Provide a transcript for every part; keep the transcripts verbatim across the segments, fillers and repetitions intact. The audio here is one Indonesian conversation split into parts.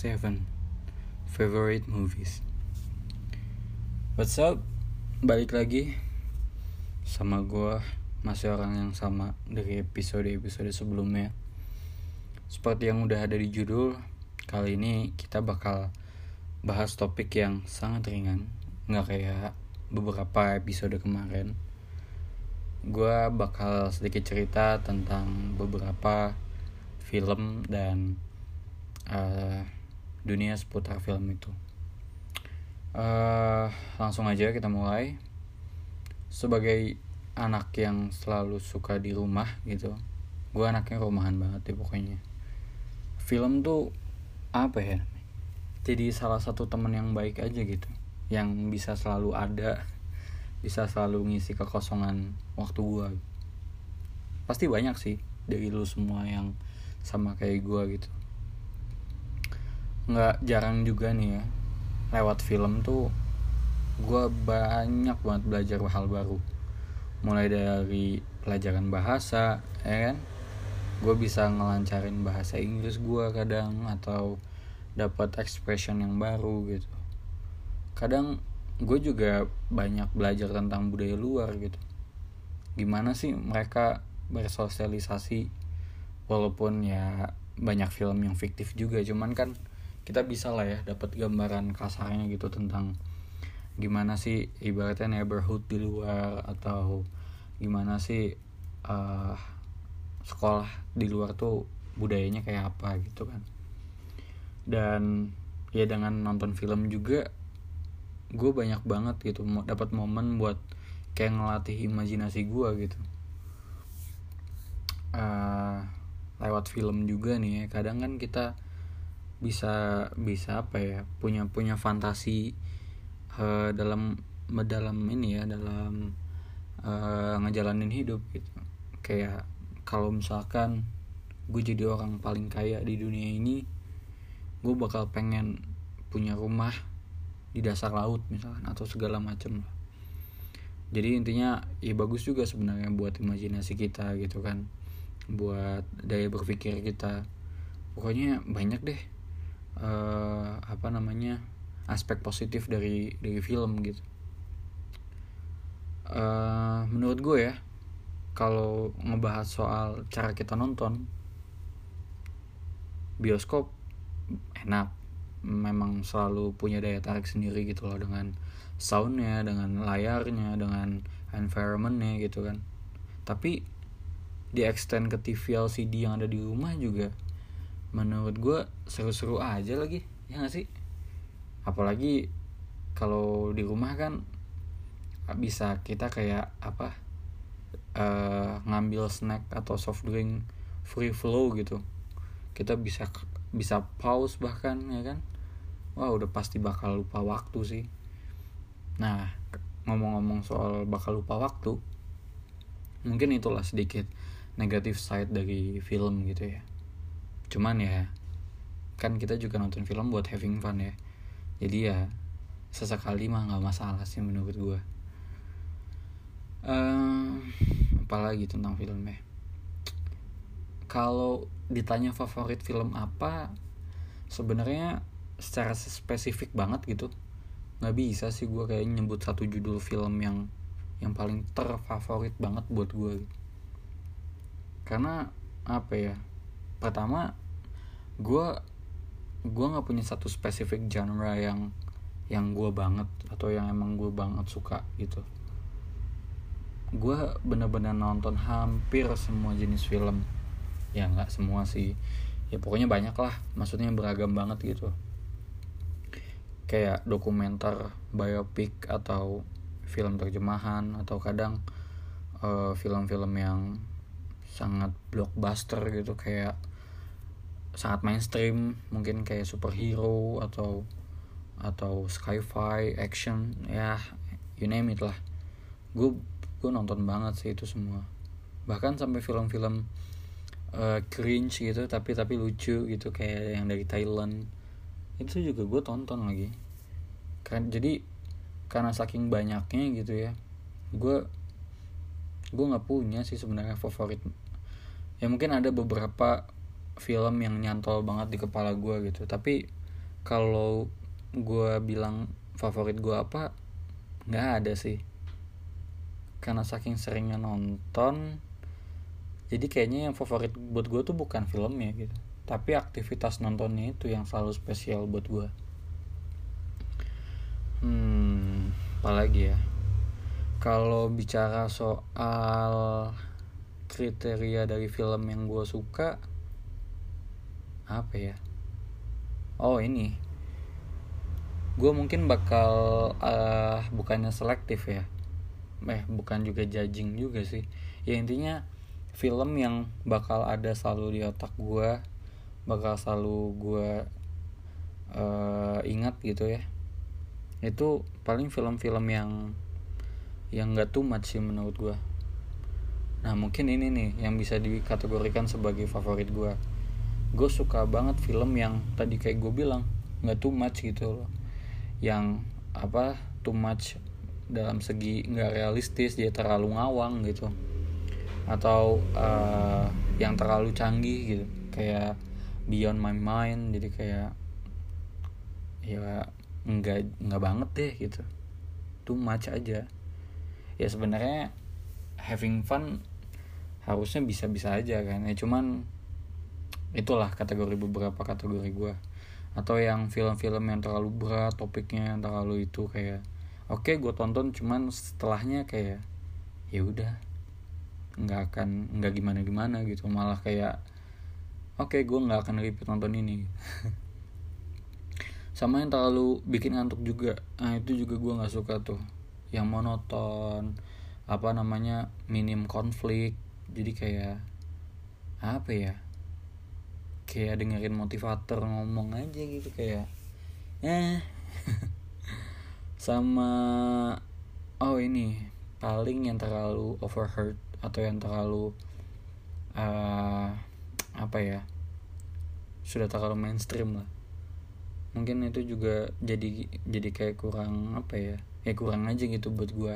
seven Favorite Movies. What's up? Balik lagi sama gue, masih orang yang sama dari episode-episode sebelumnya. Seperti yang udah ada di judul, kali ini kita bakal bahas topik yang sangat ringan, gak kayak beberapa episode kemarin. Gue bakal sedikit cerita tentang beberapa film dan uh, dunia seputar film itu. uh, Langsung aja kita mulai. Sebagai anak yang selalu suka di rumah gitu, gue anaknya rumahan banget deh pokoknya. Film tuh apa ya, jadi salah satu teman yang baik aja gitu, yang bisa selalu ada, bisa selalu ngisi kekosongan waktu gue. Pasti banyak sih dari lu semua yang sama kayak gue gitu. Nggak jarang juga nih ya, lewat film tuh gue banyak banget belajar hal baru. Mulai dari pelajaran bahasa, ya kan, gue bisa ngelancarin bahasa Inggris gue kadang, atau dapat expression yang baru gitu. Kadang gue juga banyak belajar tentang budaya luar gitu, gimana sih mereka bersosialisasi. Walaupun ya banyak film yang fiktif juga, cuman kan kita bisa lah ya dapat gambaran kasarnya gitu tentang gimana sih ibaratnya neighborhood di luar, atau gimana sih uh, sekolah di luar tuh budayanya kayak apa gitu kan. Dan ya dengan nonton film juga gue banyak banget gitu dapat momen buat kayak ngelatih imajinasi gue gitu. Uh, lewat film juga nih ya, kadang kan kita bisa bisa apa ya, punya punya fantasi uh, dalam dalam ini ya, dalam uh, ngejalanin hidup gitu. Kayak kalau misalkan gue jadi orang paling kaya di dunia ini, gue bakal pengen punya rumah di dasar laut misalkan, atau segala macam lah. Jadi intinya ya bagus juga sebenarnya buat imajinasi kita gitu kan, buat daya berpikir kita. Pokoknya banyak deh uh, apa namanya aspek positif dari dari film gitu. Uh, menurut gue ya, kalau ngebahas soal cara kita nonton, bioskop enak, memang selalu punya daya tarik sendiri gitu loh, dengan soundnya, dengan layarnya, dengan environmentnya gitu kan. Tapi di extend ke T V L C D yang ada di rumah juga menurut gue seru-seru aja lagi, ya gak sih? Apalagi kalau di rumah kan bisa kita kayak apa, uh, ngambil snack atau soft drink free flow gitu. Kita bisa bisa pause bahkan, ya kan. Wah, udah pasti bakal lupa waktu sih. Nah, ngomong-ngomong soal bakal lupa waktu, mungkin itulah sedikit negatif side dari film gitu ya. Cuman ya kan kita juga nonton film buat having fun ya, jadi ya sesekali mah gak masalah sih menurut gue. Uh, apalagi tentang filmnya, kalau ditanya favorit film apa, sebenarnya secara spesifik banget gitu nggak bisa sih gue kayak nyebut satu judul film yang yang paling terfavorit banget buat gue gitu. Karena apa ya, pertama gue gue nggak punya satu spesifik genre yang yang gue banget, atau yang emang gue banget suka gitu. Gue bener-bener nonton hampir semua jenis film. Ya nggak semua sih, ya pokoknya banyak lah, maksudnya beragam banget gitu. Kayak dokumenter, biopic, atau film terjemahan, atau kadang uh, film-film yang sangat blockbuster gitu, kayak sangat mainstream, mungkin kayak superhero atau atau sci-fi, action, ya you name it lah. Gue gue nonton banget sih itu semua. Bahkan sampai film-film uh, cringe gitu, tapi tapi lucu gitu, kayak yang dari Thailand, itu juga gue tonton lagi. Kan jadi karena saking banyaknya gitu ya, gue gue nggak punya sih sebenarnya favorit. Ya mungkin ada beberapa film yang nyantol banget di kepala gue gitu, tapi kalau gue bilang favorit gue apa, nggak ada sih, karena saking seringnya nonton. Jadi kayaknya yang favorit buat gue tuh bukan filmnya gitu, tapi aktivitas nontonnya itu yang selalu spesial buat gue. Hmm, apalagi ya? Kalau bicara soal kriteria dari film yang gue suka, apa ya? Oh ini, gue mungkin bakal uh, bukannya selektif ya, eh bukan juga judging juga sih. Ya intinya film yang bakal ada selalu di otak gue, bakal selalu gue uh, ingat gitu ya. Itu paling film-film yang yang nggak too much sih menurut gue. Nah mungkin ini nih yang bisa dikategorikan sebagai favorit gue. Gue suka banget film yang tadi kayak gue bilang nggak too much gitu loh, yang apa too much dalam segi nggak realistis, dia terlalu ngawang gitu, atau uh, yang terlalu canggih gitu, kayak Beyond My Mind. Jadi kayak ya nggak nggak banget deh gitu, too much aja. Ya sebenarnya having fun harusnya bisa-bisa aja kan ya, cuman itulah kategori beberapa kategori gue. Atau yang film-film yang terlalu berat topiknya, yang terlalu itu kayak oke okay, gue tonton, cuman setelahnya kayak ya udah nggak akan nggak gimana gimana gitu, malah kayak oke okay, gue nggak akan repeat nonton ini. Sama yang terlalu bikin ngantuk juga, nah itu juga gue nggak suka tuh, yang monoton, apa namanya, minim konflik. Jadi kayak apa ya, kayak dengerin motivator ngomong aja gitu, kayak eh sama oh ini paling yang terlalu overheard atau yang terlalu uh, apa ya, sudah terlalu mainstream lah. Mungkin itu juga jadi jadi kayak kurang apa ya, ya kurang aja gitu buat gue.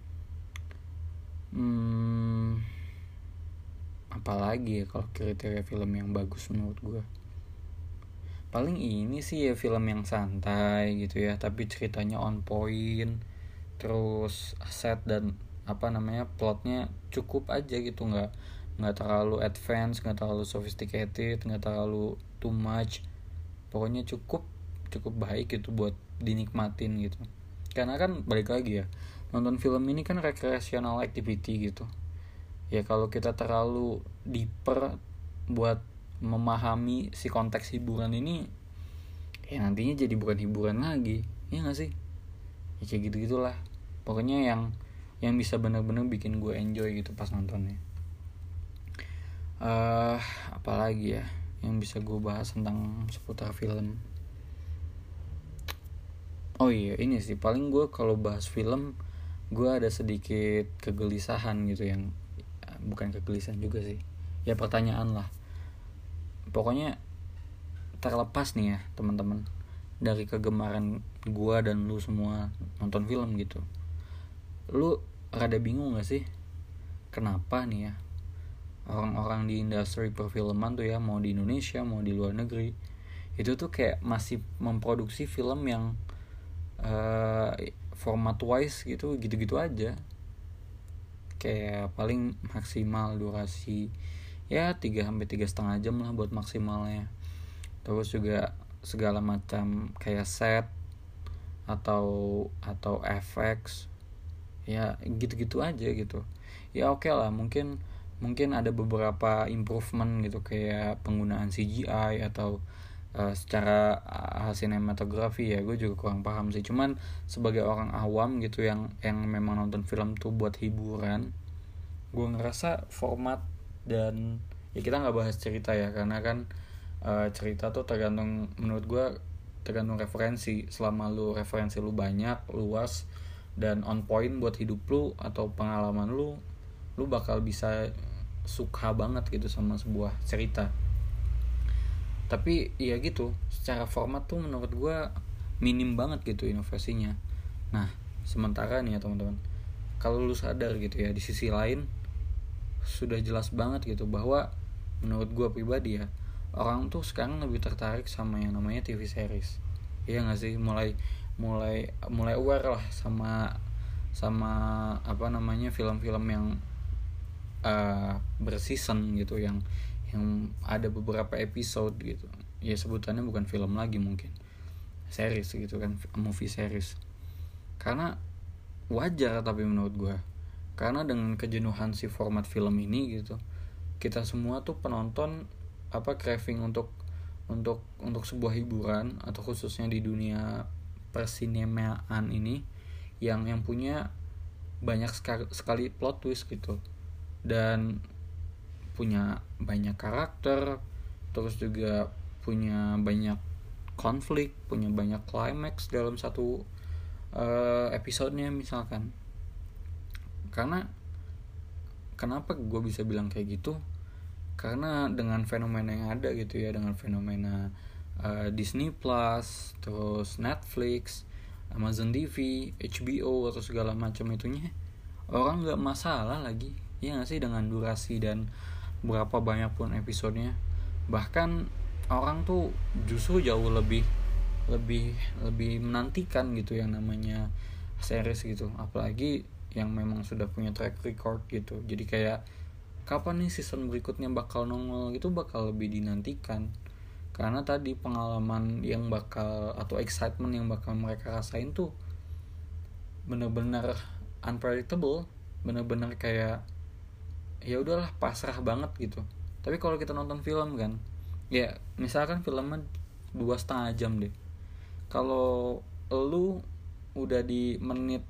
Hmm, apalagi ya kalau kriteria film yang bagus menurut gue, paling ini sih ya, film yang santai gitu ya tapi ceritanya on point, terus set dan apa namanya plotnya cukup aja gitu, nggak nggak terlalu advance, nggak terlalu sophisticated, nggak terlalu too much, pokoknya cukup cukup baik gitu buat dinikmatin gitu. Karena kan balik lagi ya, nonton film ini kan recreational activity gitu ya. Kalau kita terlalu deeper buat memahami si konteks hiburan ini, ya nantinya jadi bukan hiburan lagi, ya nggak sih? Ya kayak gitu gitulah. Pokoknya yang yang bisa benar-benar bikin gue enjoy gitu pas nontonnya. Uh, apalagi ya yang bisa gue bahas tentang seputar film. Oh iya ini sih paling gue kalau bahas film gue ada sedikit kegelisahan gitu, yang bukan kegelisahan juga sih ya, pertanyaan lah. Pokoknya terlepas nih ya teman-teman dari kegemaran gue dan lu semua nonton film gitu, lu rada bingung gak sih kenapa nih ya orang-orang di industri perfilman tuh ya, mau di Indonesia mau di luar negeri, itu tuh kayak masih memproduksi film yang uh, format wise gitu gitu-gitu aja, kayak paling maksimal durasi ya tiga sampai tiga setengah jam lah buat maksimalnya. Terus juga segala macam kayak set atau atau effects ya gitu-gitu aja gitu. Ya oke okay lah, mungkin mungkin ada beberapa improvement gitu, kayak penggunaan C G I atau uh, secara uh, sinematografi ya gue juga kurang paham sih. Cuman sebagai orang awam gitu yang yang memang nonton film tuh buat hiburan, gue ngerasa format dan ya kita nggak bahas cerita ya, karena kan uh, cerita tuh tergantung, menurut gue tergantung referensi. Selama lu referensi lu banyak, luas dan on point buat hidup lu atau pengalaman lu, lu bakal bisa suka banget gitu sama sebuah cerita. Tapi ya gitu, secara format tuh menurut gue minim banget gitu inovasinya. Nah sementara nih ya teman-teman, kalau lu sadar gitu ya, di sisi lain sudah jelas banget gitu bahwa menurut gue pribadi ya, orang tuh sekarang lebih tertarik sama yang namanya T V series. Iya nggak sih, mulai mulai mulai aware lah sama sama apa namanya film-film yang uh, berseason gitu, yang yang ada beberapa episode gitu. Ya sebutannya bukan film lagi, mungkin series gitu kan, movie series. Karena wajar tapi menurut gue, karena dengan kejenuhan si format film ini gitu, kita semua tuh penonton apa craving untuk untuk untuk sebuah hiburan, atau khususnya di dunia persinemaan ini yang yang punya banyak sekali, sekali plot twist gitu, dan punya banyak karakter, terus juga punya banyak konflik, punya banyak climax dalam satu uh, episodenya misalkan. Karena kenapa gue bisa bilang kayak gitu, karena dengan fenomena yang ada gitu ya, dengan fenomena uh, Disney Plus, terus Netflix, Amazon T V, H B O atau segala macam itunya, orang nggak masalah lagi ya nggak sih dengan durasi dan berapa banyak pun episodenya. Bahkan orang tuh justru jauh lebih lebih lebih menantikan gitu yang namanya series gitu, apalagi yang memang sudah punya track record gitu. Jadi kayak kapan nih season berikutnya bakal nongol gitu, bakal lebih dinantikan. Karena tadi pengalaman yang bakal, atau excitement yang bakal mereka rasain tuh bener-bener unpredictable, bener-bener kayak ya udahlah pasrah banget gitu. Tapi kalau kita nonton film kan, ya misalkan filmnya dua setengah jam deh, kalau lu udah di menit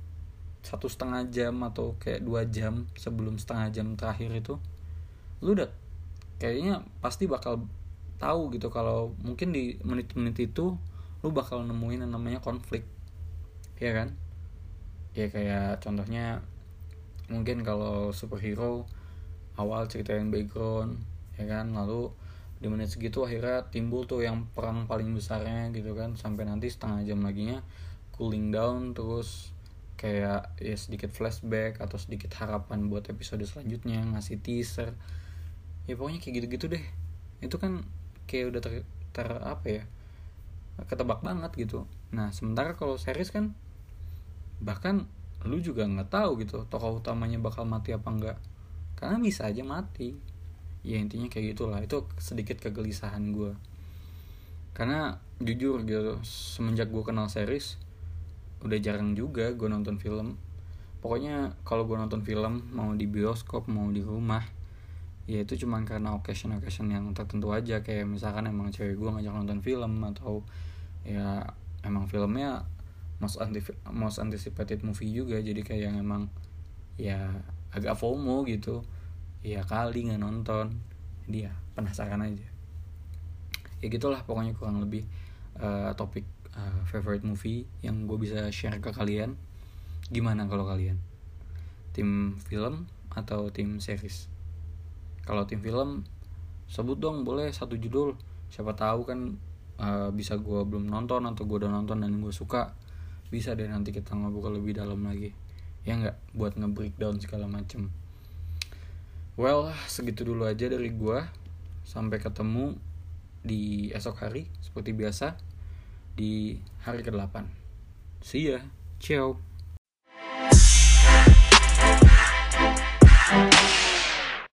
satu setengah jam atau kayak dua jam sebelum setengah jam terakhir itu, lu udah kayaknya pasti bakal tahu gitu kalau mungkin di menit-menit itu lu bakal nemuin yang namanya konflik, ya kan? Ya kayak contohnya mungkin kalau superhero awal ceritain background, ya kan, lalu di menit segitu akhirnya timbul tuh yang perang paling besarnya gitu kan, sampai nanti setengah jam laginya cooling down, terus kayak ya sedikit flashback atau sedikit harapan buat episode selanjutnya, ngasih teaser, ya pokoknya kayak gitu-gitu deh. Itu kan kayak udah ter, ter apa ya, ketebak banget gitu. Nah sementara kalau series kan bahkan lu juga nggak tahu gitu tokoh utamanya bakal mati apa enggak, karena bisa aja mati. Ya intinya kayak gitulah. Itu sedikit kegelisahan gue, karena jujur gitu semenjak gue kenal series udah jarang juga gue nonton film. Pokoknya kalau gue nonton film mau di bioskop mau di rumah, ya itu cuma karena occasion-occasion yang tertentu aja, kayak misalkan emang cewek gue ngajak nonton film, atau ya emang filmnya most, antif- most anticipated movie juga, jadi kayak yang emang ya agak FOMO gitu, ya kali nggak nonton, jadi ya penasaran aja. Ya gitulah pokoknya kurang lebih uh, topik uh, favorite movie yang gue bisa share ke kalian. Gimana kalau kalian tim film atau tim series? Kalau tim film sebut dong boleh satu judul, siapa tahu kan uh, bisa gue belum nonton atau gue udah nonton dan gue suka, bisa deh nanti kita ngobrol lebih dalam lagi, ya nggak, buat nge-breakdown segala macem. Well, segitu dulu aja dari gue. Sampai ketemu di esok hari seperti biasa di hari kedelapan. See ya. Ciao.